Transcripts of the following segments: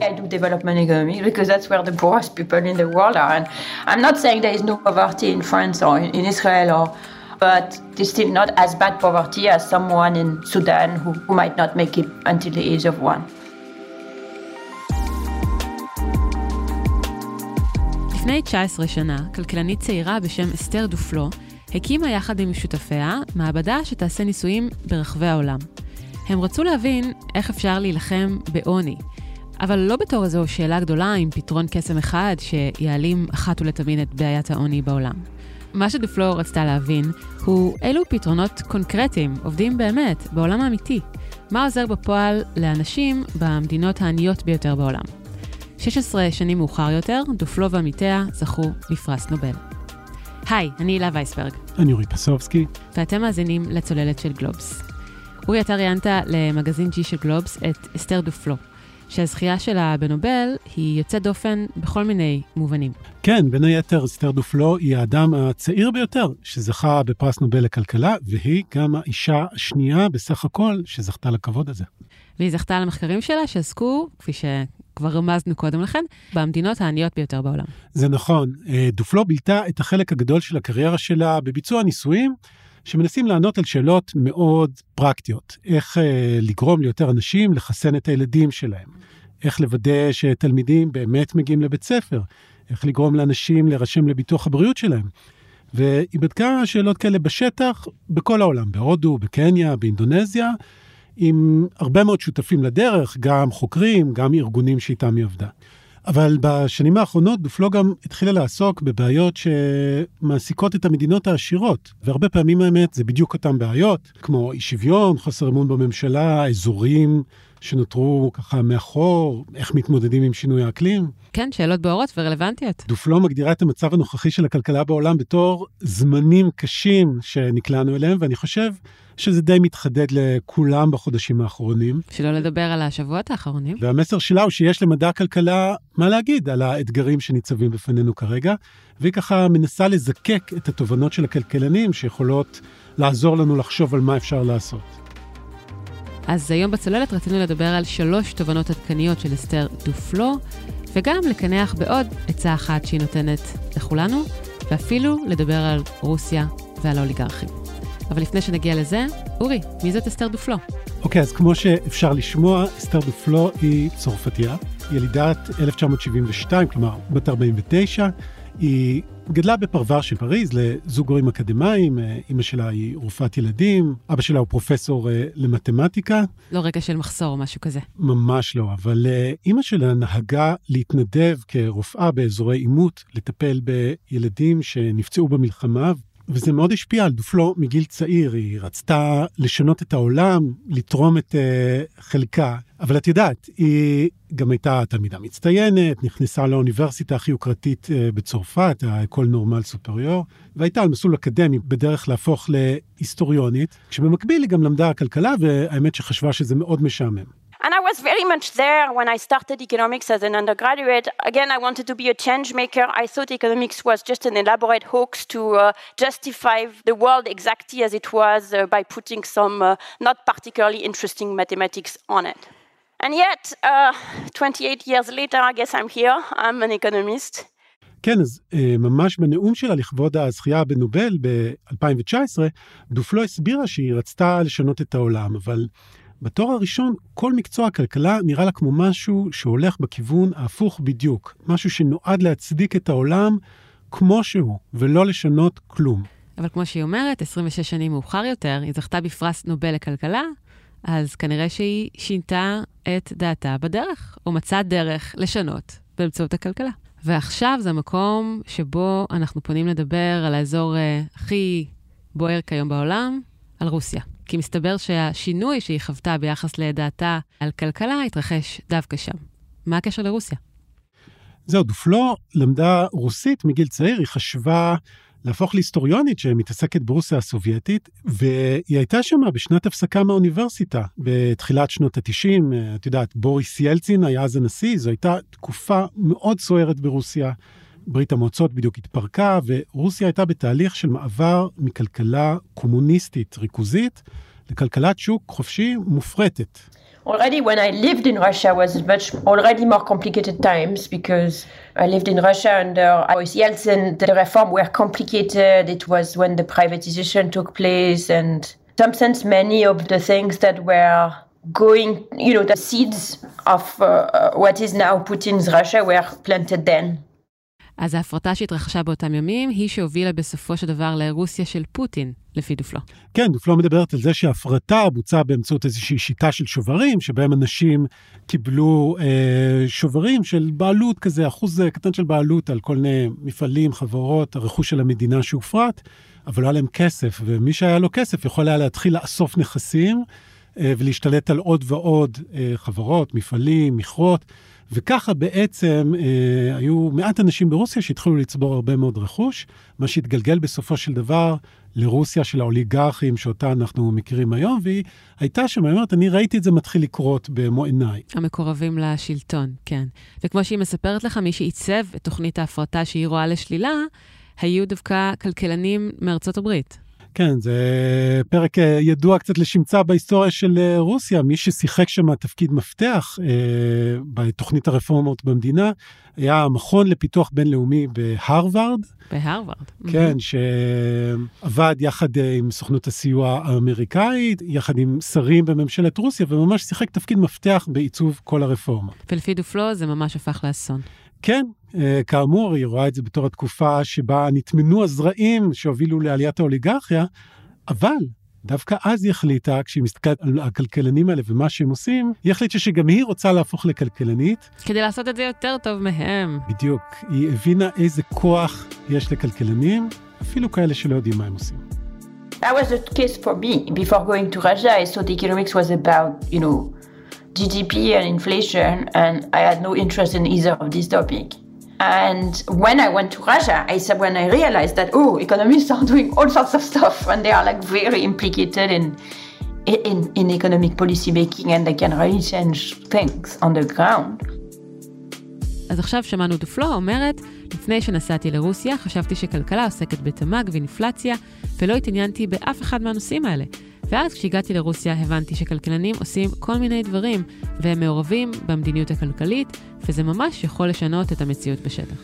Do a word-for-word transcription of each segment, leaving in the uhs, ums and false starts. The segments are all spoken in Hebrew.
I do development economics because that's where the poorest people in the world are. And I'm not saying there is no poverty in France or in, in Israel, or, but there's still not as bad poverty as someone in Sudan who, who might not make it until the age of one. לפני תשע עשרה שנה, כלכלנית צעירה בשם אסתר דופלו, הקימה יחד עם שותפיה מעבדה שתעשה ניסויים ברחבי העולם. הם רצו להבין איך אפשר להילחם בעוני, אבל לא בתור איזו שאלה גדולה עם פתרון קסם אחד שיעלים אחת ולתמיד את בעיית העוני בעולם. מה שדופלו רצתה להבין הוא אילו פתרונות קונקרטיים עובדים באמת בעולם האמיתי. מה עוזר בפועל לאנשים במדינות העניות ביותר בעולם. שש עשרה שנים מאוחר יותר, דופלו ועמיתיה זכו בפרס נובל. היי, אני הילה וייסברג. אני אורי פסובסקי. ואתם מאזינים לצוללת של גלובס. אורי, אתה ראיינת למגזין ג'י של גלובס את אסתר דופלו, שהזכייה שלה בנובל היא יוצאת דופן בכל מיני מובנים. כן, בין היתר אסתר דופלו היא האדם הצעיר ביותר שזכה בפרס נובל לכלכלה, והיא גם האישה השנייה בסך הכל שזכתה לכבוד הזה. והיא זכתה למחקרים שלה שעסקו, כפי שכבר רמזנו קודם לכן, במדינות העניות ביותר בעולם. זה נכון. דופלו בילתה את החלק הגדול של הקריירה שלה בביצוע ניסויים, שמנסים לענות על שאלות מאוד פרקטיות. איך אה, לגרום ליותר אנשים לחסן את הילדים שלהם. איך לוודא שתלמידים באמת מגיעים לבית ספר. איך לגרום לאנשים להירשם לביטוח הבריאות שלהם. והיא בדקה שאלות כאלה בשטח, בכל העולם. בהודו, בקניה, באינדונזיה, עם הרבה מאוד שותפים לדרך, גם חוקרים, גם ארגונים שאיתם היא עבדה. אבל בשנים האחרונות דופלו גם התחילה לעסוק בבעיות שמעסיקות את המדינות העשירות. והרבה פעמים האמת זה בדיוק אותם בעיות, כמו אי שוויון, חוסר אמון בממשלה, אזורים שנותרו ככה מאחור, איך מתמודדים עם שינוי האקלים. כן, שאלות בוערות ורלוונטיות. דופלו מגדירה את המצב הנוכחי של הכלכלה בעולם בתור זמנים קשים שנקלענו אליהם, ואני חושב שזה די מתחדד לכולם בחודשים האחרונים. שלא לדבר על השבועות האחרונים. והמסר שלה הוא שיש למדע הכלכלה מה להגיד על האתגרים שניצבים בפנינו כרגע, והיא ככה מנסה לזקק את התובנות של הכלכלנים שיכולות לעזור לנו לחשוב על מה אפשר לעשות. אז היום בצוללת רצינו לדבר על שלוש תובנות עדכניות של אסתר דופלו, וגם לקנח בעוד עצה אחת שהיא נותנת לכולנו, ואפילו לדבר על רוסיה ועל האוליגרכים. אבל לפני שנגיע לזה, אורי, מי זאת אסתר דופלו? אוקיי, אז כמו שאפשר לשמוע, אסתר דופלו היא צרפתייה, ילידת אלף תשע מאות שבעים ושתיים, כלומר בת ארבעים ותשע, היא גדלה בפרבר של פריז לזוג הורים אקדמיים, אמא שלה היא רופאת ילדים, אבא שלה הוא פרופסור למתמטיקה. לא רגע של מחסור או משהו כזה. ממש לא, אבל אמא שלה נהגה להתנדב כרופאה באזורי עימות, לטפל בילדים שנפצעו במלחמה, וזה מאוד השפיע על דופלו מגיל צעיר, היא רצתה לשנות את העולם, לתרום את uh, חלקה, אבל את יודעת, היא גם הייתה תלמידה מצטיינת, נכנסה לאוניברסיטה הכי יוקרתית uh, בצרפת, האקול נורמל סופריור, והייתה על מסלול אקדמי בדרך להפוך להיסטוריונית, כשבמקביל היא גם למדה הכלכלה, והאמת שחשבה שזה מאוד משעמם. And I was very much there when I started economics as an undergraduate. Again, I wanted to be a change maker. I thought economics was just an elaborate hoax to uh, justify the world exactly as it was uh, by putting some uh, not particularly interesting mathematics on it. And yet, uh, twenty-eight years later, I guess I'm here. I'm an economist. כן, אז ממש בנאום שלה לכבוד הזכייה בנובל ב-אלפיים תשע עשרה, דופלו הסבירה שהיא רצתה לשנות את העולם, אבל בתואר הראשון, כל מקצוע הכלכלה נראה לה כמו משהו שהולך בכיוון ההפוך בדיוק. משהו שנועד להצדיק את העולם כמו שהוא, ולא לשנות כלום. אבל כמו שהיא אומרת, עשרים ושש שנים מאוחר יותר, היא זכתה בפרס נובל לכלכלה, אז כנראה שהיא שינתה את דעתה בדרך, או מצאה דרך לשנות באמצעות הכלכלה. ועכשיו זה המקום שבו אנחנו פונים לדבר על האזור הכי בוער כיום בעולם, על רוסיה. כי מסתבר שהשינוי שהיא חוותה ביחס לדעתה על כלכלה התרחש דווקא שם. מה הקשר לרוסיה? זהו, דופלו למדה רוסית מגיל צעיר, היא חשבה להפוך להיסטוריונית שמתעסקת ברוסיה הסובייטית, והיא הייתה שמה בשנת הפסקה מהאוניברסיטה, בתחילת שנות ה-תשעים, את יודעת, בוריס ילצין היה אז הנשיא, זו הייתה תקופה מאוד סוערת ברוסיה, ברית המועצות בדיוק התפרקה, ורוסיה הייתה בתהליך של מעבר מכלכלה קומוניסטית ריכוזית, לכלכלת שוק חופשי מופרטת. Already when I lived in Russia was much already more complicated times because I lived in Russia under Boris Yeltsin. The reform were complicated. It was when the privatization took place, and in some sense many of the things that were going, you know, the seeds of uh, what is now Putin's Russia were planted then. אז ההפרטה שהתרחשה באותם ימים היא שהובילה בסופו של דבר לרוסיה של פוטין, לפי דופלו. כן, דופלו מדברת על זה שההפרטה בוצעה באמצעות איזושהי שיטה של שוברים, שבהם אנשים קיבלו אה, שוברים של בעלות כזה, אחוז קטן של בעלות על כל מיני מפעלים, חברות, הרכוש של המדינה שהופרט, אבל לא היה להם כסף, ומי שהיה לו כסף יכול היה להתחיל לאסוף נכסים, אה, ולהשתלט על עוד ועוד אה, חברות, מפעלים, מכרות, וככה בעצם אה, היו מעט אנשים ברוסיה שהתחילו לצבור הרבה מאוד רכוש, מה שהתגלגל בסופו של דבר לרוסיה של האוליגרכים שאותה אנחנו מכירים היום, והיא הייתה שם, אני אומרת, אני ראיתי את זה מתחיל לקרות במו עיניי. המקורבים לשלטון, כן. וכמו שהיא מספרת לך, מי שעיצב את תוכנית ההפרטה שהיא רואה לשלילה, היו דווקא כלכלנים מארצות הברית. כן, זה פרק ידוע קצת לשמצה בהיסטוריה של רוסיה. מי ששיחק שם תפקיד מפתח אה, בתוכנית הרפורמות במדינה, היה המכון לפיתוח בינלאומי בהרווארד. בהרווארד. כן, שעבד יחד עם סוכנות הסיוע האמריקאית, יחד עם שרים בממשלת רוסיה, וממש שיחק תפקיד מפתח בעיצוב כל הרפורמה. ולפי דופלו זה ממש הפך לאסון. כן, כאמור, היא רואה את זה בתור התקופה שבה נתמנו הזרעים שהובילו לעליית האוליגרכיה, אבל דווקא אז היא החליטה, כשהיא מסתכלת על הכלכלנים האלה ומה שהם עושים, היא החליטה שגם היא רוצה להפוך לכלכלנית. כדי לעשות את זה יותר טוב מהם. בדיוק, היא הבינה איזה כוח יש לכלכלנים, אפילו כאלה שלא יודעים מה הם עושים. That was the case for me. Before going to Russia, I thought economics was about, you know, G D P and inflation, and I had no interest in either of this topic. And when I went to Russia, I said, when I realized that, oh, economists are doing all sorts of stuff, and they are like very implicated in, in, in economic policy making, and they can really change things on the ground. אז עכשיו שמענו דופלו אומרת, לפני שנסעתי לרוסיה, חשבתי שכלכלה עוסקת בתמ"ג ואינפלציה, ולא התעניינתי באף אחד מהנושאים האלה. ואז כשהגעתי לרוסיה הבנתי שכלכלנים עושים כל מיני דברים, והם מעורבים במדיניות הכלכלית, וזה ממש יכול לשנות את המציאות בשטח.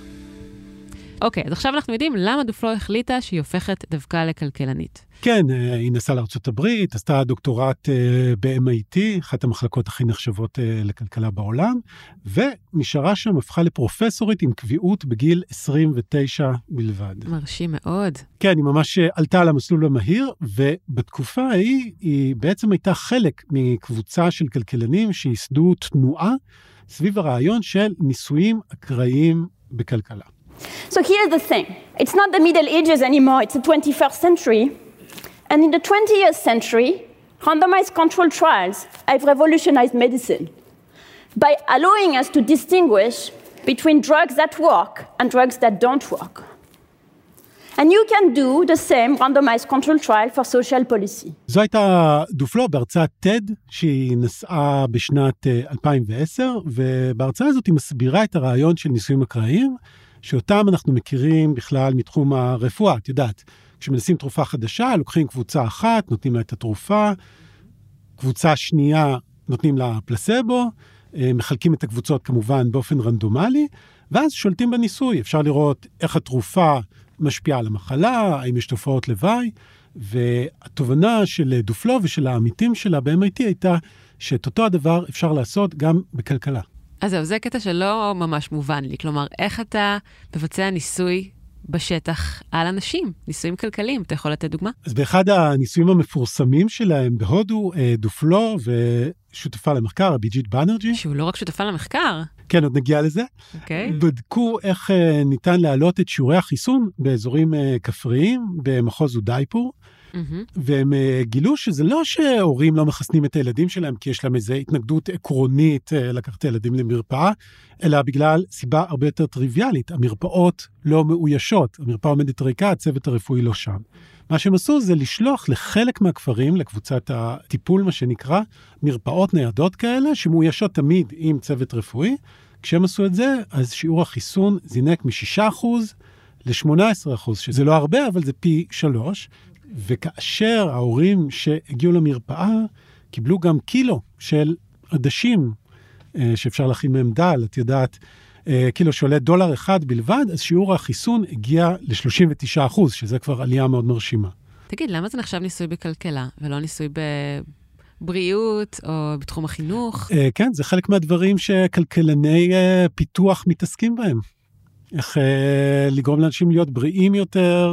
אוקיי, אז עכשיו אנחנו יודעים למה דופלו החליטה שהיא הופכת דווקא לכלכלנית. כן, היא נסעה לארצות הברית, עשתה דוקטורט ב-אם איי טי, אחת המחלקות הכי נחשבות לכלכלה בעולם, ונשארה שם, הפכה לפרופסורית עם קביעות בגיל עשרים ותשע בלבד. מרשים מאוד. כן, היא ממש עלתה על המסלול המהיר, ובתקופה ההיא היא בעצם הייתה חלק מקבוצה של כלכלנים שיסדו תנועה סביב הרעיון של ניסויים אקראיים בכלכלה. So here's the thing. It's not the Middle Ages anymore, it's the twenty-first century. And in the twentieth century, randomized controlled trials have revolutionized medicine by allowing us to distinguish between drugs that work and drugs that don't work. And you can do the same randomized controlled trial for social policy. זו הייתה דופלו בהרצאת טד שהיא נסעה בשנת אלפיים ועשר, ובהרצאה הזאת היא מסבירה את הרעיון של ניסויים אקראיים, שאותם אנחנו מכירים בכלל מתחום הרפואה. את יודעת, כשמנסים תרופה חדשה, לוקחים קבוצה אחת, נותנים לה את התרופה, קבוצה שנייה נותנים לה פלסבו, מחלקים את הקבוצות כמובן באופן רנדומלי, ואז שולטים בניסוי. אפשר לראות איך התרופה משפיעה על המחלה, האם יש תופעות לוואי, והתובנה של דופלו ושל העמיתים שלה ב-אם איי טי הייתה שאת אותו הדבר אפשר לעשות גם בכלכלה. אז זהו, זה קטע שלא ממש מובן לי. כלומר, איך אתה מבצע ניסוי בשטח על אנשים, ניסויים כלכליים? אתה יכול לתת דוגמה? אז באחד הניסויים המפורסמים שלהם בהודו, דופלו ושותפה למחקר, אביג'יט בנרג'י. שהוא לא רק שותפה למחקר. כן, עוד נגיע לזה. אוקיי. בדקו איך ניתן להעלות את שיעורי החיסון באזורים כפריים, במחוז אודייפור, והם גילו שזה לא שהורים לא מחסנים את הילדים שלהם, כי יש להם איזו התנגדות עקרונית לקחת את הילדים למרפאה, אלא בגלל סיבה הרבה יותר טריוויאלית. המרפאות לא מאוישות, המרפאה עומדת ריקה, הצוות הרפואי לא שם. מה שהם עשו זה לשלוח לחלק מהכפרים, לקבוצת הטיפול, מה שנקרא, מרפאות ניידות כאלה, שמאוישות תמיד עם צוות רפואי. כשהם עשו את זה, אז שיעור החיסון זינק מ-שישה אחוז ל-שמונה עשרה אחוז, שזה לא הרבה, אבל זה פי שלוש. וכאשר ההורים שהגיעו למרפאה, קיבלו גם קילו של עדשים, שאפשר להכין מהם דל, את יודעת, קילו שעולה דולר אחד בלבד, אז שיעור החיסון הגיע ל-שלושים ותשעה אחוז, שזה כבר עלייה מאוד מרשימה. תגיד, למה זה נחשב ניסוי בכלכלה, ולא ניסוי בבריאות או בתחום החינוך? כן, זה חלק מהדברים שכלכלני פיתוח מתעסקים בהם. איך לגרום לאנשים להיות בריאים יותר,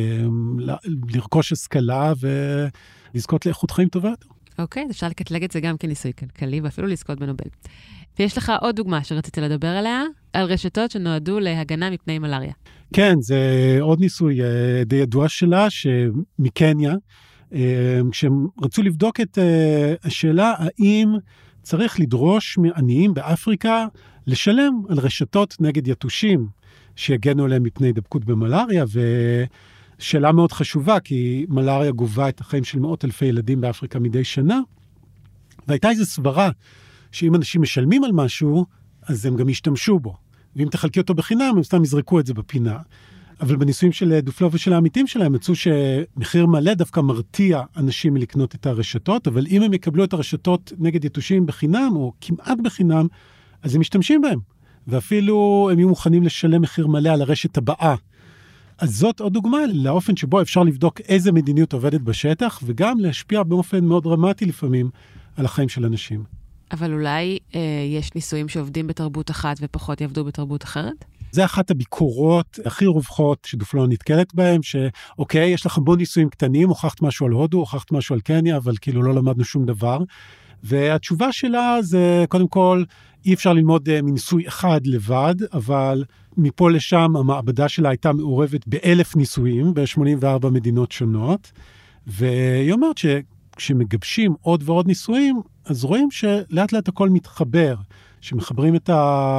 לרכוש השכלה ולזכות לאיכות חיים טובה יותר. אוקיי, אפשר לקטלג את זה גם כניסוי כלכלי, ואפילו לזכות בנובל. ויש לך עוד דוגמה שרציתי לדבר עליה, על רשתות שנועדו להגנה מפני מלריה. כן, זה עוד ניסוי די ידוע שלה, שמקניה, כשהם רצו לבדוק את השאלה, האם צריך לדרוש מעניים באפריקה לשלם על רשתות נגד יתושים, שיגנו עליהם מפני הידבקות במלריה, ושאלה מאוד חשובה, כי מלריה גובה את החיים של מאות אלפי ילדים באפריקה מדי שנה, והייתה איזו סברה, שאם אנשים משלמים על משהו, אז הם גם ישתמשו בו. ואם תחלקי אותו בחינם, הם סתם יזרקו את זה בפינה. אבל בניסויים של דופלו ושל העמיתים שלהם, מצאו שמחיר מלא דווקא מרתיע אנשים מלקנות את הרשתות, אבל אם הם יקבלו את הרשתות נגד יתושים בחינם, או כמעט בחינם, אז הם משתמשים בהם. ואפילו הם יהיו מוכנים לשלם מחיר מלא על הרשת הבאה. אז זאת עוד דוגמה לאופן שבו אפשר לבדוק איזה מדיניות עובדת בשטח, וגם להשפיע באופן מאוד דרמטי לפעמים על החיים של אנשים. אבל אולי אה, יש ניסויים שעובדים בתרבות אחת ופחות יעבדו בתרבות אחרת? זה אחת הביקורות הכי רווחות שדופלו נתקלת בהם, שאוקיי, יש לך בו ניסויים קטנים, הוכחת משהו על הודו, הוכחת משהו על קניה, אבל כאילו לא למדנו שום דבר. והתשובה שלה זה, קודם כל, אי אפשר ללמוד מניסוי אחד לבד, אבל מפה לשם המעבדה שלה הייתה מעורבת באלף ניסויים, ב-שמונים וארבע מדינות שונות, והיא אומרת שכשמגבשים עוד ועוד ניסויים, אז רואים שלאט לאט הכל מתחבר, שמחברים את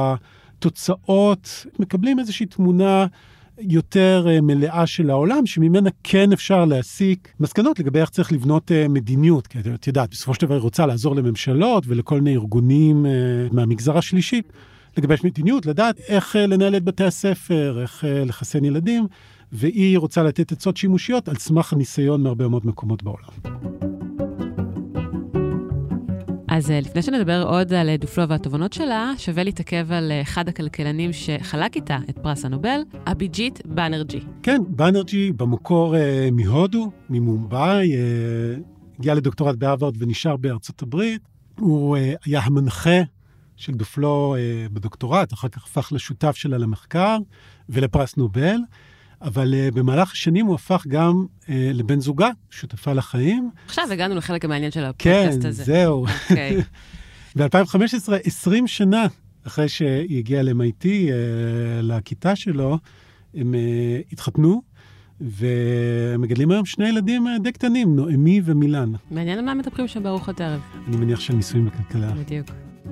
התוצאות, מקבלים איזושהי תמונה יותר מלאה של העולם, שממנה כן אפשר להסיק מסקנות לגבי איך צריך לבנות מדיניות, כי את יודעת, בסופו של דבר היא רוצה לעזור לממשלות ולכל מיני ארגונים מהמגזר השלישי, לגבש מדיניות, לדעת איך לנהל את בתי הספר, איך לחסן ילדים, והיא רוצה לתת עצות שימושיות על סמך הניסיון מהרבה מאוד מקומות בעולם. אז לפני שנדבר עוד על דופלו והתובנות שלה, שווה להתעכב על אחד הכלכלנים שחלק איתה את פרס הנובל, אביג'יט בנרג'י. כן, בנרג'י במקור אה, מהודו, ממומבאי, אה, הגיע לדוקטורט בהרווארד ונשאר בארצות הברית. הוא אה, היה המנחה של דופלו אה, בדוקטורט, אחר כך הפך לשותף שלה למחקר ולפרס נובל. אבל uh, במהלך השנים הוא הפך גם uh, לבן זוגה, שותפה לחיים. עכשיו הגענו לחלק המעניין של הפודקאסט כן, הזה. כן, זהו. Okay. ב-אלפיים וחמש עשרה, עשרים שנה אחרי שהיא הגיעה ל-אם איי טי, uh, לכיתה שלו, הם uh, התחתנו, ומגדלים היום שני ילדים uh, די קטנים, נועמי ומילן. מעניין על מה מדברים שם בארוחת ערב. אני מניח של ניסויים בכלכלה. בדיוק.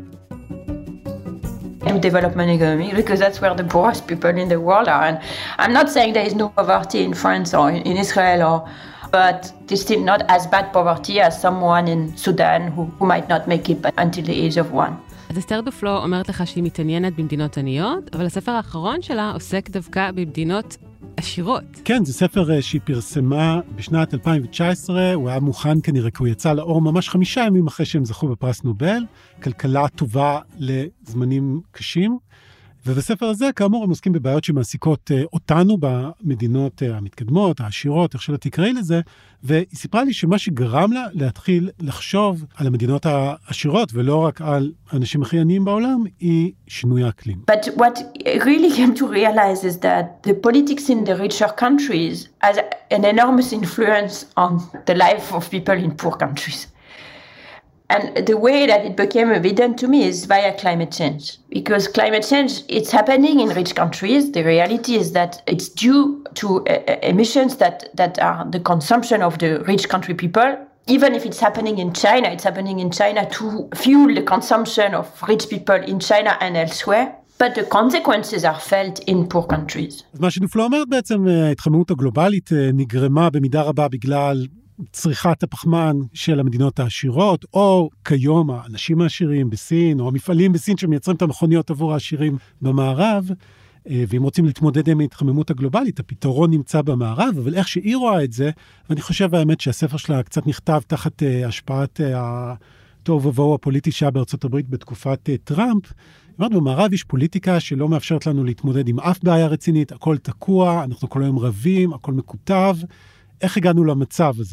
In development economy, because that's where the poorest people in the world are. And I'm not saying there is no poverty in France or in Israel, or, but there's still not as bad poverty as someone in Sudan who, who might not make it until the age of one. אז אסתר דופלו אומרת לך שהיא מתעניינת במדינות עניות, אבל הספר האחרון שלה עוסק דווקא במדינות עשירות. כן, זה ספר שהיא פרסמה בשנת אלפיים תשע עשרה, הוא היה מוכן כנראה, כי הוא יצא לאור ממש חמישה ימים אחרי שהם זכו בפרס נובל, כלכלה טובה לזמנים קשים, ובספר הזה, כאמור, הם עוסקים בבעיות שמעסיקות אותנו במדינות המתקדמות, העשירות, איך שלא תקראי לזה, והיא סיפרה לי שמה שגרם לה להתחיל לחשוב על המדינות העשירות, ולא רק על האנשים הכי עניים בעולם, היא שינוי האקלים. But what I really came to realize is that the politics in the richer countries has an enormous influence on the life of people in poor countries. And the way that it became evident to me is via climate change. Because climate change, it's happening in rich countries. The reality is that it's due to uh, emissions that, that are the consumption of the rich country people. Even if it's happening in China, it's happening in China to fuel the consumption of rich people in China and elsewhere. But the consequences are felt in poor countries. אז מה שדופלו אומרת בעצם, ההתחממות הגלובלית נגרמה במידה רבה בגלל צריכת הפחמן של המדינות העשירות, או כיום האנשים העשירים בסין, או המפעלים בסין שמייצרים את המכוניות עבור העשירים במערב, ואם רוצים להתמודד עם ההתחממות הגלובלית, הפתרון נמצא במערב, אבל איך שהיא רואה את זה, ואני חושב האמת שהספר שלה קצת נכתב תחת השפעת התוהו ובוהו הפוליטי שהיה בארצות הברית בתקופת טראמפ, אמרת, במערב יש פוליטיקה שלא מאפשרת לנו להתמודד עם אף בעיה רצינית, הכל תקוע, אנחנו כל היום רבים, הכל מקוטב. איך הגענו למצב הזה?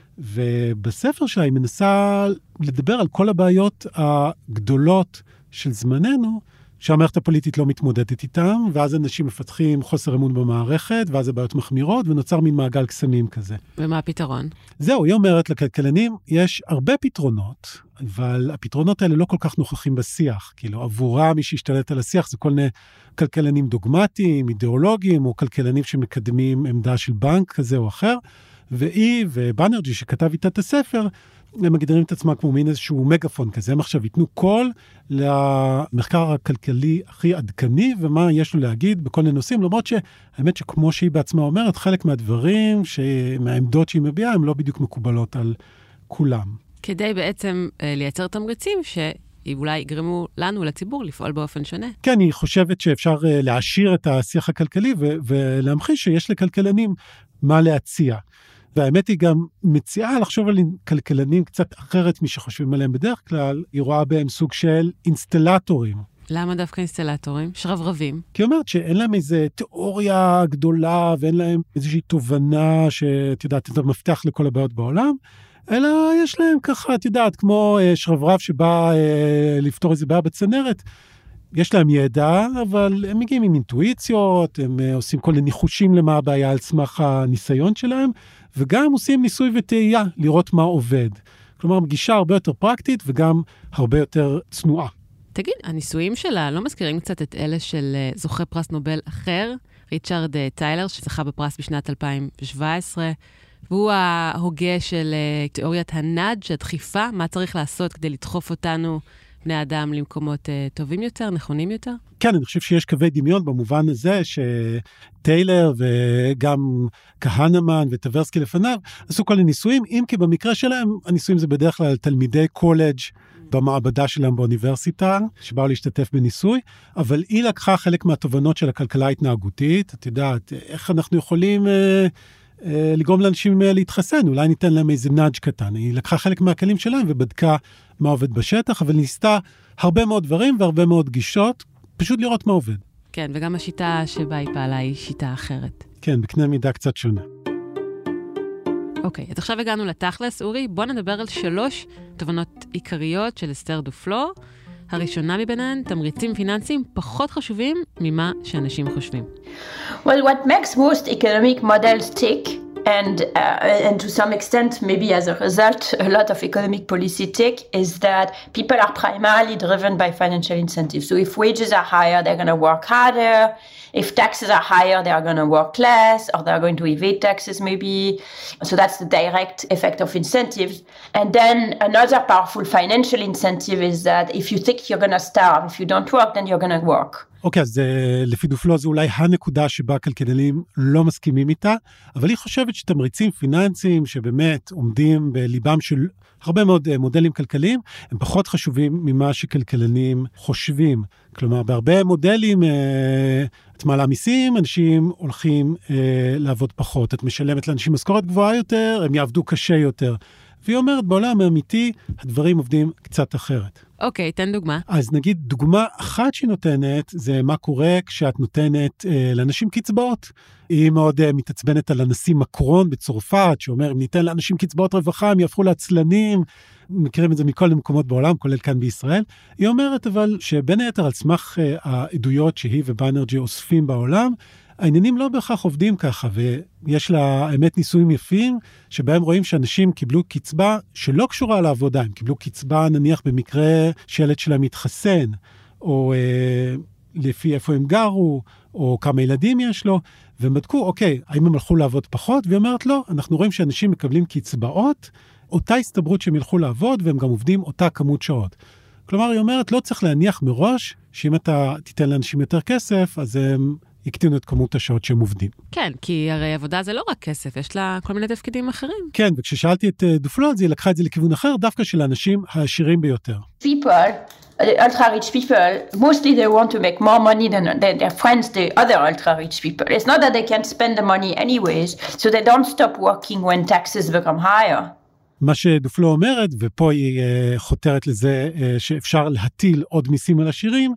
ובספר שלה היא מנסה לדבר על כל הבעיות הגדולות של זמננו, שהמערכת הפוליטית לא מתמודדת איתם, ואז אנשים מפתחים חוסר אמון במערכת, ואז הבעיות מחמירות, ונוצר מין מעגל קסמים כזה. ומה הפתרון? זהו, היא אומרת לכלכלנים, יש הרבה פתרונות, אבל הפתרונות האלה לא כל כך נוכחים בשיח, כאילו עבורה מי שהשתלט על השיח, זה כל מיני כלכלנים דוגמטיים, אידיאולוגיים, או כלכלנים שמקדמים עמדה של בנק כזה או אחר, והיא ובנרג'י שכתב איתה את הספר, הם מגדירים את עצמם כמו מין איזשהו מגפון כזה, הם עכשיו ייתנו קול למחקר הכלכלי הכי עדכני, ומה יש לו להגיד בכל מיני נושאים, למרות שהאמת שכמו שהיא בעצמה אומרת, חלק מהדברים, מהעמדות שהיא מביאה, הם לא בדיוק מקובלות על כולם. כדי בעצם לייצר תמריצים שאולי יגרמו לנו, לציבור, לפעול באופן שונה. כן, היא חושבת שאפשר להעשיר את השיח הכלכלי, ולהמחיש שיש לכלכלנים מה להציע. והאמת היא גם מציעה לחשוב על כלכלנים קצת אחרת מי שחושבים עליהם בדרך כלל, היא רואה בהם סוג של אינסטלטורים. למה דווקא אינסטלטורים? שרברבים? כי היא אומרת שאין להם איזו תיאוריה גדולה, ואין להם איזושהי תובנה שאת יודעת, את המפתח לכל הבעיות בעולם, אלא יש להם ככה, את יודעת, כמו שרברב שבא לפתור איזה בעיה בצנרת, יש להם ידע, אבל הם מגיעים עם אינטואיציות, הם עושים כל ניחושים למה הבעיה על סמך הניסיון שלהם, וגם עושים ניסוי וטעייה, לראות מה עובד. כלומר, גישה הרבה יותר פרקטית, וגם הרבה יותר צנועה. תגיד, הניסויים שלה לא מזכירים קצת את אלה של זוכה פרס נובל אחר, ריצ'רד טיילר, שזכה בפרס בשנת אלפיים שבע עשרה, והוא ההוגה של תיאוריית הנאג', הדחיפה, מה צריך לעשות כדי לדחוף אותנו בני אדם למקומות uh, טובים יותר, נכונים יותר? כן, אני חושב שיש קווי דמיון במובן הזה שטיילר וגם כהנמן וטברסקי לפניו עשו כל הניסויים, אם כי במקרה שלהם הניסויים זה בדרך כלל תלמידי קולג' במעבדה שלהם באוניברסיטה, שבאו להשתתף בניסוי, אבל היא לקחה חלק מהתובנות של הכלכלה ההתנהגותית, את יודעת, איך אנחנו יכולים Uh, לגרום לאנשים להתחסן, אולי ניתן להם איזה נאג' קטן. היא לקחה חלק מהכלים שלהם ובדקה מה עובד בשטח, אבל ניסתה הרבה מאוד דברים והרבה מאוד גישות, פשוט לראות מה עובד. כן, וגם השיטה שבה היא פעלה היא שיטה אחרת. כן, בקנה מידה קצת שונה. אוקיי, אז עכשיו הגענו לתכלס, אורי, בוא נדבר על שלוש תובנות עיקריות של אסתר דופלו. הראשונה מביניהן, תמריצים פיננסיים פחות חשובים ממה שאנשים חושבים. Well, what makes most economic models tick, and, uh, and to some extent, maybe as a result, a lot of economic policy tick, is that people are primarily driven by financial incentives. So if wages are higher, they're going to work harder. If taxes are higher, they are going to work less, or they're going to evade taxes maybe. So that's the direct effect of incentives. And then another powerful financial incentive is that if you think you're going to starve, if you don't work, then you're going to work. אוקיי, אז לפי דופלו זו אולי הנקודה שבה כלכלנים לא מסכימים איתה, אבל היא חושבת שתמריצים פיננסיים שבאמת עומדים בליבם של הרבה מאוד מודלים כלכליים, הם פחות חשובים ממה שכלכלנים חושבים. כלומר, בהרבה מודלים, את מעלה מיסים, אנשים הולכים לעבוד פחות. את משלמת לאנשים משכורת גבוהה יותר, הם יעבדו קשה יותר. והיא אומרת, בעולם האמיתי, הדברים עובדים קצת אחרת. אוקיי, תן דוגמה. אז נגיד, דוגמה אחת שהיא נותנת, זה מה קורה כשאת נותנת אה, לאנשים קצבאות. היא מאוד אה, מתעצבנת על הנשיא מקרון בצרפת, שאומר, אם ניתן לאנשים קצבאות רווחה, הם יהפכו לעצלנים. מכירים את זה מכל המקומות בעולם, כולל כאן בישראל. היא אומרת, אבל שבין היתר על סמך אה, העדויות שהיא ובנרג'י אוספים בעולם, העניינים לא בהכרח עובדים ככה, ויש לה האמת ניסויים יפים, שבהם רואים שאנשים קיבלו קצבה שלא קשורה לעבודה, הם קיבלו קצבה נניח במקרה שילד שלהם מתחסן, או אה, לפי איפה הם גרו, או כמה ילדים יש לו, והם בדקו, אוקיי, האם הם הלכו לעבוד פחות? והיא אומרת, לא, אנחנו רואים שאנשים מקבלים קצבאות, אותה הסתברות שהם ילכו לעבוד, והם גם עובדים אותה כמות שעות. כלומר, היא אומרת, לא צריך להניח מראש, שאם אתה תיתן לאנשים יותר כסף, אז הם יקטינו את כמות השעות שהם עובדים. כן, כי הרי עבודה זה לא רק כסף, יש לה כל מיני תפקידים אחרים. כן, וכששאלתי את דופלו, היא לקחה את זה לכיוון אחר, דווקא של האנשים העשירים ביותר. People, ultra-rich people, mostly they want to make more money than, than their friends, the other ultra-rich people. It's not that they can't spend the money anyways, so they don't stop working when taxes become higher. מה שדופלו אומרת, ופה היא חותרת לזה שאפשר להטיל עוד מיסים על עשירים,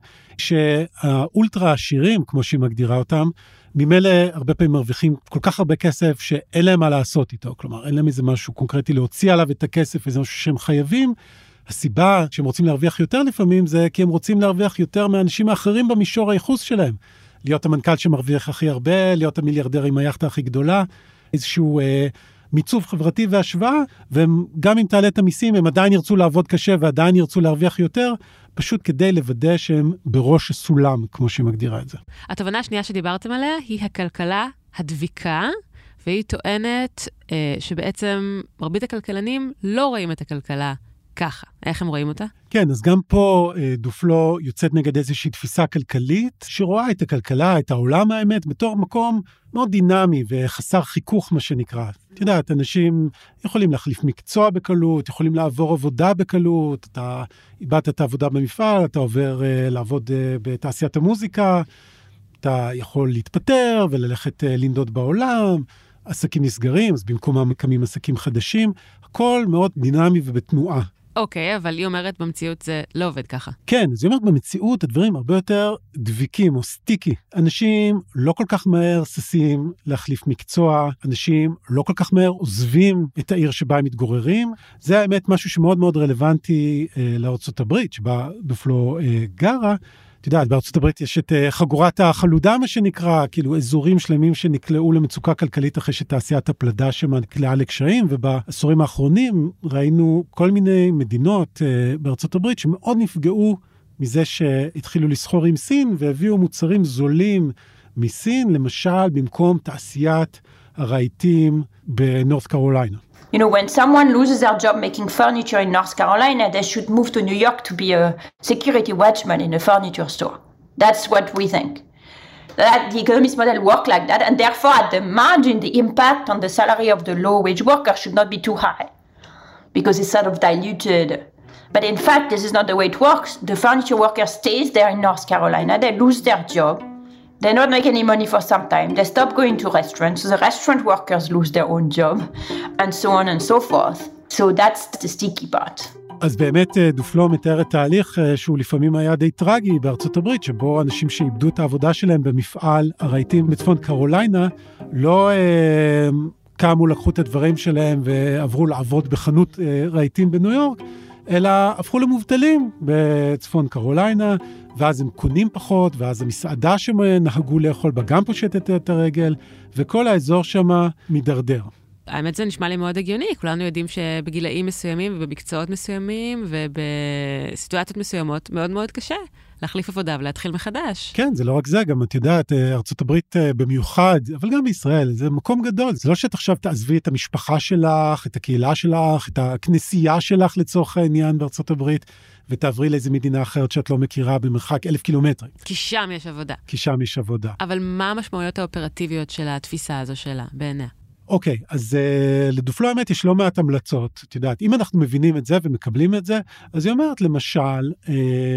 שהאולטרה עשירים, כמו שהיא מגדירה אותם, ממילא הרבה פעמים מרוויחים כל כך הרבה כסף שאין להם מה לעשות איתו. כלומר, אין להם איזה משהו קונקרטי להוציא עליו את הכסף, איזה משהו שהם חייבים. הסיבה שהם רוצים להרוויח יותר לפעמים זה כי הם רוצים להרוויח יותר מאנשים האחרים במישור הייחוס שלהם. להיות המנכ"ל שמרוויח הכי הרבה, להיות המיליארדר עם היחדה הכי גדולה, איזשהו אה, מיצוב חברתי והשוואה, והם גם אם תעלה את המיסים, הם עדיין ירצו לעבוד קשה ועדיין ירצו להרוויח יותר, פשוט כדי לוודא שהם בראש הסולם, כמו שהיא מגדירה את זה. התובנה השנייה שדיברתם עליה היא הכלכלה הדביקה, והיא טוענת אה, שבעצם מרבית הכלכלנים לא רואים את הכלכלה ככה. איך הם רואים אותה? כן, אז גם פה דופלו יוצאת נגד איזושהי תפיסה כלכלית, שרואה את הכלכלה, את העולם האמת, בתור מקום מאוד דינמי וחסר חיכוך, מה שנקרא. את יודעת, אנשים יכולים להחליף מקצוע בקלות, יכולים לעבור עבודה בקלות, אתה איבדת את העבודה במפעל, אתה עובר לעבוד בתעשיית המוזיקה, אתה יכול להתפטר וללכת לנדוד בעולם, עסקים נסגרים, אז במקומם מקמים עסקים חדשים, הכל מאוד דינמי ובתנועה. אוקיי, אבל היא אומרת במציאות זה לא עובד ככה. כן, אז היא אומרת במציאות הדברים הרבה יותר דביקים או סטיקי. אנשים לא כל כך מהר ססים להחליף מקצוע, אנשים לא כל כך מהר עוזבים את העיר שבה הם מתגוררים. זה האמת משהו שמאוד מאוד רלוונטי אה, לארצות הברית, שבה דופלו אה, גרה. אתה יודע, בארצות הברית יש את חגורת החלודה, מה שנקרא, כאילו אזורים שלמים שנקלעו למצוקה כלכלית אחרי שתעשיית הפלדה שמה נקלעה לקשיים, ובעשורים האחרונים ראינו כל מיני מדינות בארצות הברית שמאוד נפגעו מזה שהתחילו לסחור עם סין, והביאו מוצרים זולים מסין, למשל במקום תעשיית הרהיטים בנורת קרוליינה. You know, when someone loses their job making furniture in North Carolina, they should move to New York to be a security watchman in a furniture store. That's what we think. That the economist model work like that, and therefore at the margin, the impact on the salary of the low-wage worker should not be too high, because it's sort of diluted. But in fact, this is not the way it works. The furniture worker stays there in North Carolina, they lose their job, they not make any money for some time. They stop going to restaurants. So the restaurant workers lose their own job, and so on and so forth. So that's the sticky part. אז באמת דופלו מתאר את תהליך שהוא לפעמים היה די טרגי בארצות הברית, שבו אנשים שאיבדו את העבודה שלהם במפעל הרהיטים בצפון קרוליינה, לא אה, קמו, לקחו את הדברים שלהם ועברו לעבוד בחנות אה, רהיטים בניו יורק, אלא הפכו למובטלים בצפון קרוליינה, ואז הם קונים פחות, ואז המסעדה שנהגו לאכול בה גם פושטת את הרגל, וכל האזור שם מדרדר. האמת זה נשמע לי מאוד הגיוני, כולנו יודעים שבגילאים מסוימים ובמקצועות מסוימים ובסיטואציות מסוימות מאוד מאוד קשה להחליף עבודה ולהתחיל מחדש. כן, זה לא רק זה, גם את יודעת, ארצות הברית במיוחד, אבל גם בישראל, זה מקום גדול. זה לא שאת עכשיו תעזבי את המשפחה שלך, את הקהילה שלך, את הכנסייה שלך לצורך העניין בארצות הברית, ותעברי לאיזו מדינה אחרת שאת לא מכירה במרחק אלף קילומטרים. כי שם יש עבודה. כי שם יש עבודה. אבל מה המשמעויות האופרטיביות של התפיסה הזו שלה בעיניה? אוקיי, אז uh, לדופלו האמת יש לא מעט המלצות. את יודעת, אם אנחנו מבינים את זה ומקבלים את זה, אז היא אומרת, למשל, uh,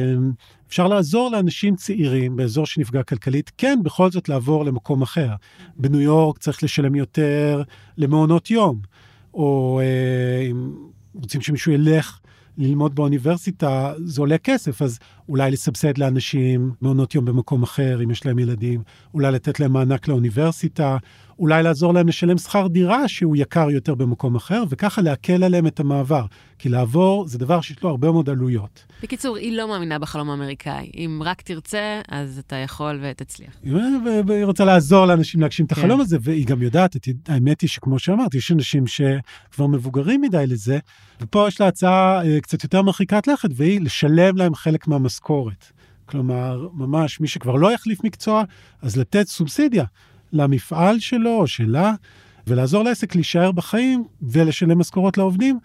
אפשר לעזור לאנשים צעירים באזור שנפגע כלכלית, כן, בכל זאת לעבור למקום אחר. בניו יורק צריך לשלם יותר למעונות יום, או uh, אם רוצים שמישהו ילך ללמוד באוניברסיטה, זה עולה כסף, אז אולי לסבסד לאנשים מעונות יום במקום אחר, אם יש להם ילדים, אולי לתת להם מענק לאוניברסיטה, אולי לעזור להם לשלם שכר דירה שהוא יקר יותר במקום אחר, וככה להקל עליהם את המעבר. כי לעבור זה דבר שיש לו הרבה מאוד עלויות. בקיצור, היא לא מאמינה בחלום האמריקאי. אם רק תרצה, אז אתה יכול ותצליח. והיא רוצה לעזור לאנשים להגשים את החלום הזה, והיא גם יודעת, האמת היא שכמו שאמרת, יש אנשים שכבר מבוגרים מדי לזה, ופה יש לה הצעה קצת יותר מרחיקת לכת, והיא לשלם להם חלק מהמשכורת. כלומר, ממש מי שכבר לא יחליף מקצוע, אז לתת סובסידיה למפעל שלו או שלה, ולעזור לעסק להישאר בחיים ולשלם משכורות לעובדים,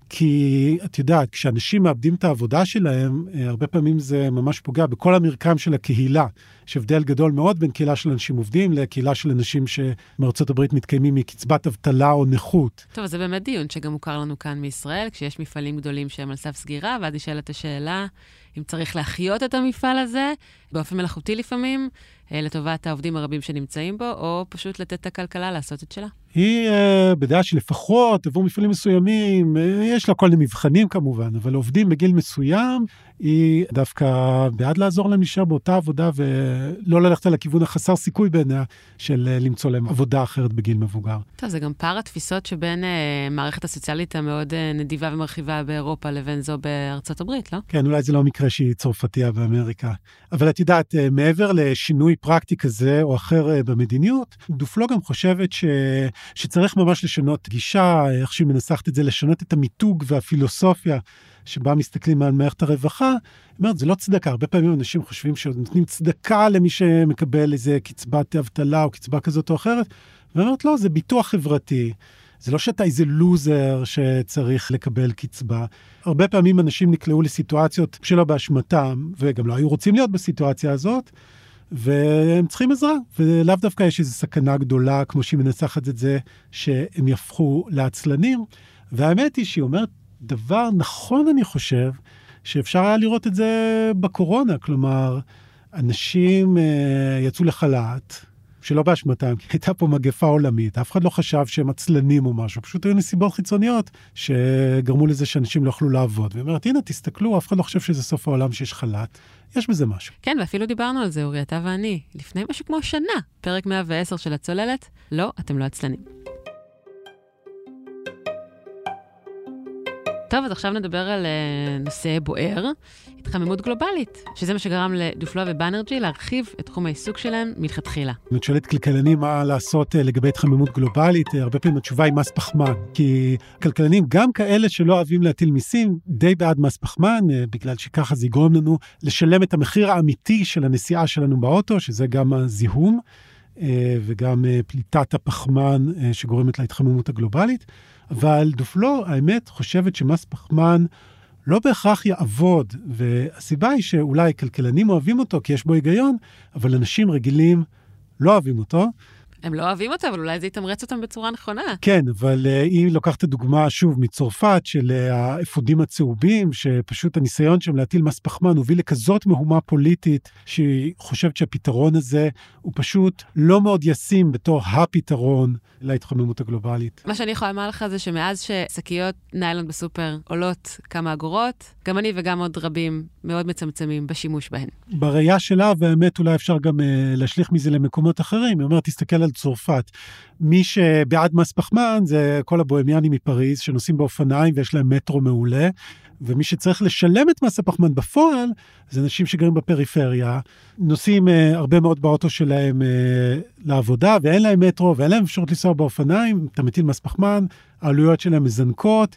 כי את יודעת, כשאנשים מאבדים את העבודה שלהם, הרבה פעמים זה ממש פוגע בכל המרקם של הקהילה. יש הבדל גדול מאוד בין קהילה של אנשים עובדים לקהילה של אנשים שמארצות הברית מתקיימים מקצבת אבטלה או נכות. טוב, זה באמת דיון שגם מוכר לנו כאן מישראל, כשיש מפעלים גדולים שהם על סף סגירה, ואז נשאלת השאלה אם צריך להחיות את המפעל הזה, באופן מלאכותי לפעמים, לטובת העובדים הרבים שנמצאים בו, או פשוט לתת את הכלכלה לעשות את שלה. היא uh, בדעה שלפחות עבור מפעלים מסוימים, uh, יש לה כל מיני מבחנים כמובן, אבל עובדים בגיל מסוים, היא דווקא בעד לעזור להם להישאר באותה עבודה, ולא ללכת על הכיוון החסר סיכוי בעיניה, של uh, למצוא להם עבודה אחרת בגיל מבוגר. טוב, זה גם פער התפיסות שבין uh, מערכת הסוציאלית המאוד uh, נדיבה ומרחיבה באירופה, לבין זו בארצות הברית, לא? כן, אולי זה לא מקרה שהיא צרפתיה באמריקה. אבל את יודעת, uh, מעבר לשינוי פרקטי כזה או אחר uh, במדיניות, דופלו גם חושבת ש... שצריך ממש לשנות גישה, איך שהיא מנסחת את זה, לשנות את המיתוג והפילוסופיה שבה מסתכלים על מערכת הרווחה. זאת אומרת, זה לא צדקה. הרבה פעמים אנשים חושבים שנותנים צדקה למי שמקבל איזה קצבת אבטלה או קצבה כזאת או אחרת, ואומרת, לא, זה ביטוח חברתי. זה לא שאתה איזה לוזר שצריך לקבל קצבה. הרבה פעמים אנשים נקלעו לסיטואציות שלא באשמתם, וגם לא היו רוצים להיות בסיטואציה הזאת, והם צריכים עזרה, ולאו דווקא יש איזו סכנה גדולה, כמו שהיא מנסחת את זה, שהם יפכו לעצלנים. והאמת היא שהיא אומרת, דבר נכון אני חושב, שאפשר היה לראות את זה בקורונה, כלומר, אנשים uh, יצאו לחל"ת, שלא באשמתם, כי הייתה פה מגפה עולמית, אף אחד לא חשב שהם עצלנים או משהו, פשוט היו נסיבות חיצוניות שגרמו לזה שאנשים לא יכלו לעבוד. ואומרת, הנה, תסתכלו, אף אחד לא חושב שזה סוף העולם שיש חל"ת, יש בזה משהו. כן, ואפילו דיברנו על זה, אורי, אתה ואני, לפני משהו כמו שנה, פרק מאה ועשר של הצוללת, לא, אתם לא עצלנים. טוב, אז עכשיו נדבר על uh, נושא בוער, התחממות גלובלית, שזה מה שגרם לדופלו ובאנרג'י להרחיב את תחום העיסוק שלהם מלכתחילה. אני שואלת כלכלנים מה לעשות uh, לגבי התחממות גלובלית, uh, הרבה פעמים התשובה היא מס פחמן, כי כלכלנים, גם כאלה שלא אוהבים להטיל מיסים, די בעד מס פחמן, uh, בגלל שככה זה יגרום לנו לשלם את המחיר האמיתי של הנסיעה שלנו באוטו, שזה גם הזיהום, uh, וגם uh, פליטת הפחמן uh, שגורמת להתחממות הגלובלית. אבל דופלו, האמת, חושבת שמס פחמן לא בהכרח יעבוד, והסיבה היא שאולי כלכלנים אוהבים אותו, כי יש בו היגיון, אבל אנשים רגילים לא אוהבים אותו. הם לא אוהבים אותו, אבל אולי זה יתמרץ אותם בצורה נכונה. כן, אבל uh, היא לוקחת הדוגמה שוב מצרפת של uh, האפודים הצהובים, שפשוט הניסיון שם להטיל מס פחמן הוביל לכזאת מהומה פוליטית, שהיא חושבת שהפתרון הזה הוא פשוט לא מאוד ישים בתור הפתרון להתחממות הגלובלית. מה שאני יכולה לומר לך זה שמאז ששקיות ניילון בסופר עולות כמה אגורות, גם אני וגם עוד רבים מאוד מצמצמים בשימוש בהן. בראייה שלה, והאמת אולי אפשר גם uh, להשליך מזה למקומות אחרים. היא אומרת, תסתכל על צרפת. מי שבעד מס פחמן זה כל הבוהמיאנים מפריז שנוסעים באופניים ויש להם מטרו מעולה, ומי שצריך לשלם את מס הפחמן בפועל זה אנשים שגרים בפריפריה, נוסעים uh, הרבה מאוד באוטו שלהם uh, לעבודה ואין להם מטרו ואין להם אפשרות לנסוע באופניים, אתה מטיל מס פחמן, העלויות שלהם מזנקות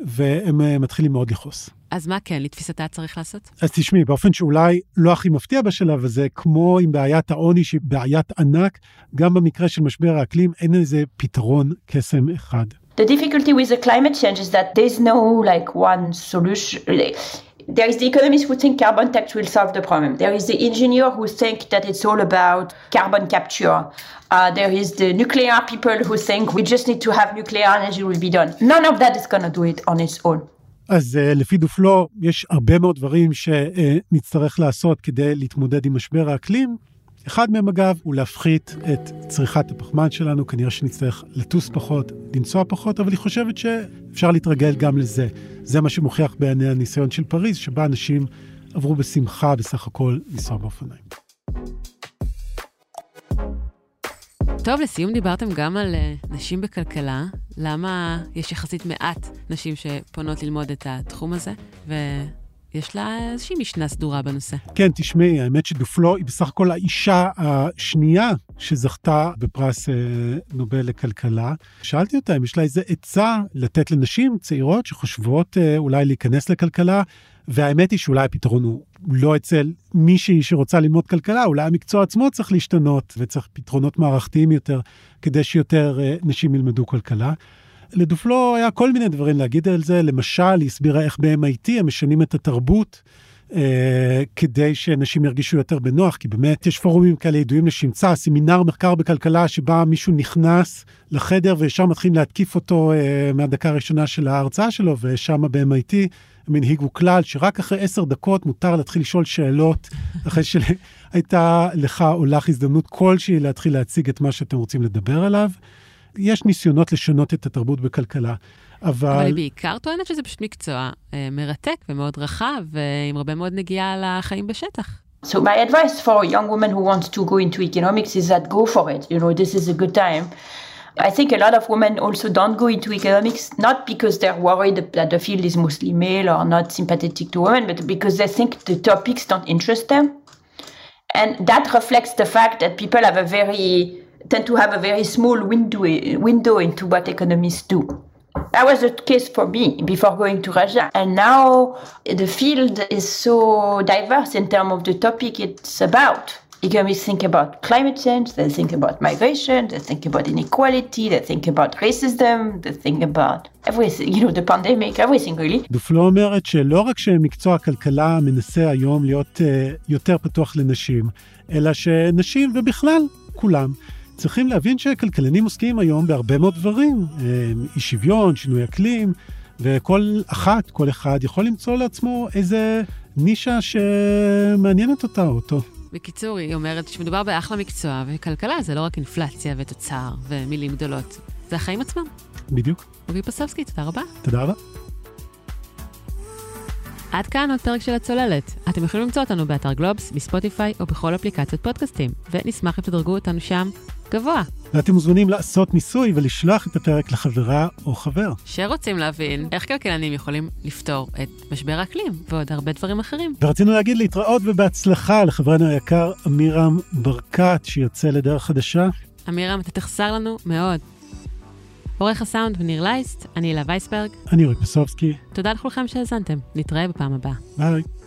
והם uh, מתחילים מאוד לחוס. אז מה כן, לתפיסתה צריך לעשות? אז תשמעי, באופן שאולי לא הכי מפתיע בשלב הזה, כמו עם בעיית העוני שהיא בעיית ענק, גם במקרה של משבר האקלים אין איזה פתרון קסם אחד. The difficulty with the climate change is that there's no like one solution. There is the economists who think carbon tax will solve the problem. There is the engineer who think that it's all about carbon capture. Uh, there is the nuclear people who think we just need to have nuclear energy will be done. None of that is going to do it on its own. אז uh, לפי דופלו יש הרבה מאוד דברים שנצטרך לעשות כדי להתמודד עם משבר האקלים. אחד מהם אגב הוא להפחית את צריכת הפחמן שלנו, כנראה שנצטרך לטוס פחות, לנסוע פחות, אבל היא חושבת שאפשר להתרגל גם לזה. זה מה שמוכיח בעיני הניסיון של פריז, שבה אנשים עברו בשמחה בסך הכל לנסוע באופניים. טוב, לסיום דיברתם גם על uh, נשים בכלכלה. למה יש יחסית מעט נשים שפונות ללמוד את התחום הזה? ויש לה איזושהי משנה סדורה בנושא. כן, תשמעי, האמת שדופלו היא בסך הכל האישה השנייה שזכתה בפרס uh, נובל לכלכלה. שאלתי אותה אם יש לה איזה עצה לתת לנשים צעירות שחושבות uh, אולי להיכנס לכלכלה, והאמת היא שאולי הפתרון הוא לא אצל מישהי שרוצה ללמוד כלכלה, אולי המקצוע עצמו צריך להשתנות, וצריך פתרונות מערכתיים יותר, כדי שיותר uh, נשים ילמדו כלכלה. לדופלו היה כל מיני דברים להגיד על זה, למשל, היא הסבירה איך ב-אם איי טי הם משנים את התרבות, uh, כדי שנשים ירגישו יותר בנוח, כי באמת יש פורומים כאלה ידועים לשמצה, סמינר מחקר בכלכלה, שבה מישהו נכנס לחדר, ושם מתחילים להתקיף אותו uh, מהדקה הראשונה של ההרצאה שלו, ושם ב-אם איי טי הם הנהיגו כלל, שרק אחרי עשר דקות מותר להתחיל לשאול שאלות, אחרי שהייתה לך או לך הזדמנות כלשהי להתחיל להציג את מה שאתם רוצים לדבר עליו. יש ניסיונות לשנות את התרבות בכלכלה, אבל... אבל היא בעיקר טוענת שזה פשוט מקצוע אה, מרתק ומאוד רחב, ועם הרבה מאוד נגיעה לחיים בשטח. So my advice for a young woman who wants to go into economics is that go for it. You know, this is a good time. I think a lot of women also don't go into economics, not because they're worried that the field is mostly male or not sympathetic to women, but because they think the topics don't interest them. And that reflects the fact that people have a very, tend to have a very small window, window into what economists do. That was the case for me before going to Russia. And now the field is so diverse in terms of the topic it's about. Economists think about climate change, they think about migration, they think about inequality, they think about racism, they think about everything, you know, the pandemic, everything really. דופלו אומרת שלא רק שמקצוע הכלכלה מנסה היום להיות uh, יותר פתוח לנשים, אלא שנשים ובכלל כולם צריכים להבין שכלכלנים עוסקים היום בהרבה מאוד דברים, אי שוויון, שינוי אקלים, וכל אחת, כל אחד יכול למצוא לעצמו איזה נישה שמעניינת אותה או אותו. בקיצור, היא אומרת שמדובר באחלה מקצוע, וכלכלה זה לא רק אינפלציה ותוצר ומילים גדולות, זה החיים עצמם. בדיוק. אורי פסובסקי, תודה רבה. תודה רבה. עד כאן עוד פרק של הצוללת. אתם יכולים למצוא אותנו באתר גלובס, בספוטיפיי או בכל אפליקציות פודקאסטים, ונשמח אם תדרגו אותנו שם גבוה. ואתם מוזמנים לעשות ניסוי ולשלוח את הפרק לחברה או חבר. שרוצים להבין איך כלכלנים יכולים לפתור את משבר האקלים ועוד הרבה דברים אחרים. ורצינו להגיד להתראות ובהצלחה לחברנו היקר אמירם ברקת שיוצא לדרך חדשה. אמירם, אתה תחסר לנו מאוד. עורך הסאונד וניר לייסט, אני אלה וייסברג. אני אורי פסובסקי. תודה לכולכם שהאזנתם. נתראה בפעם הבאה. ביי.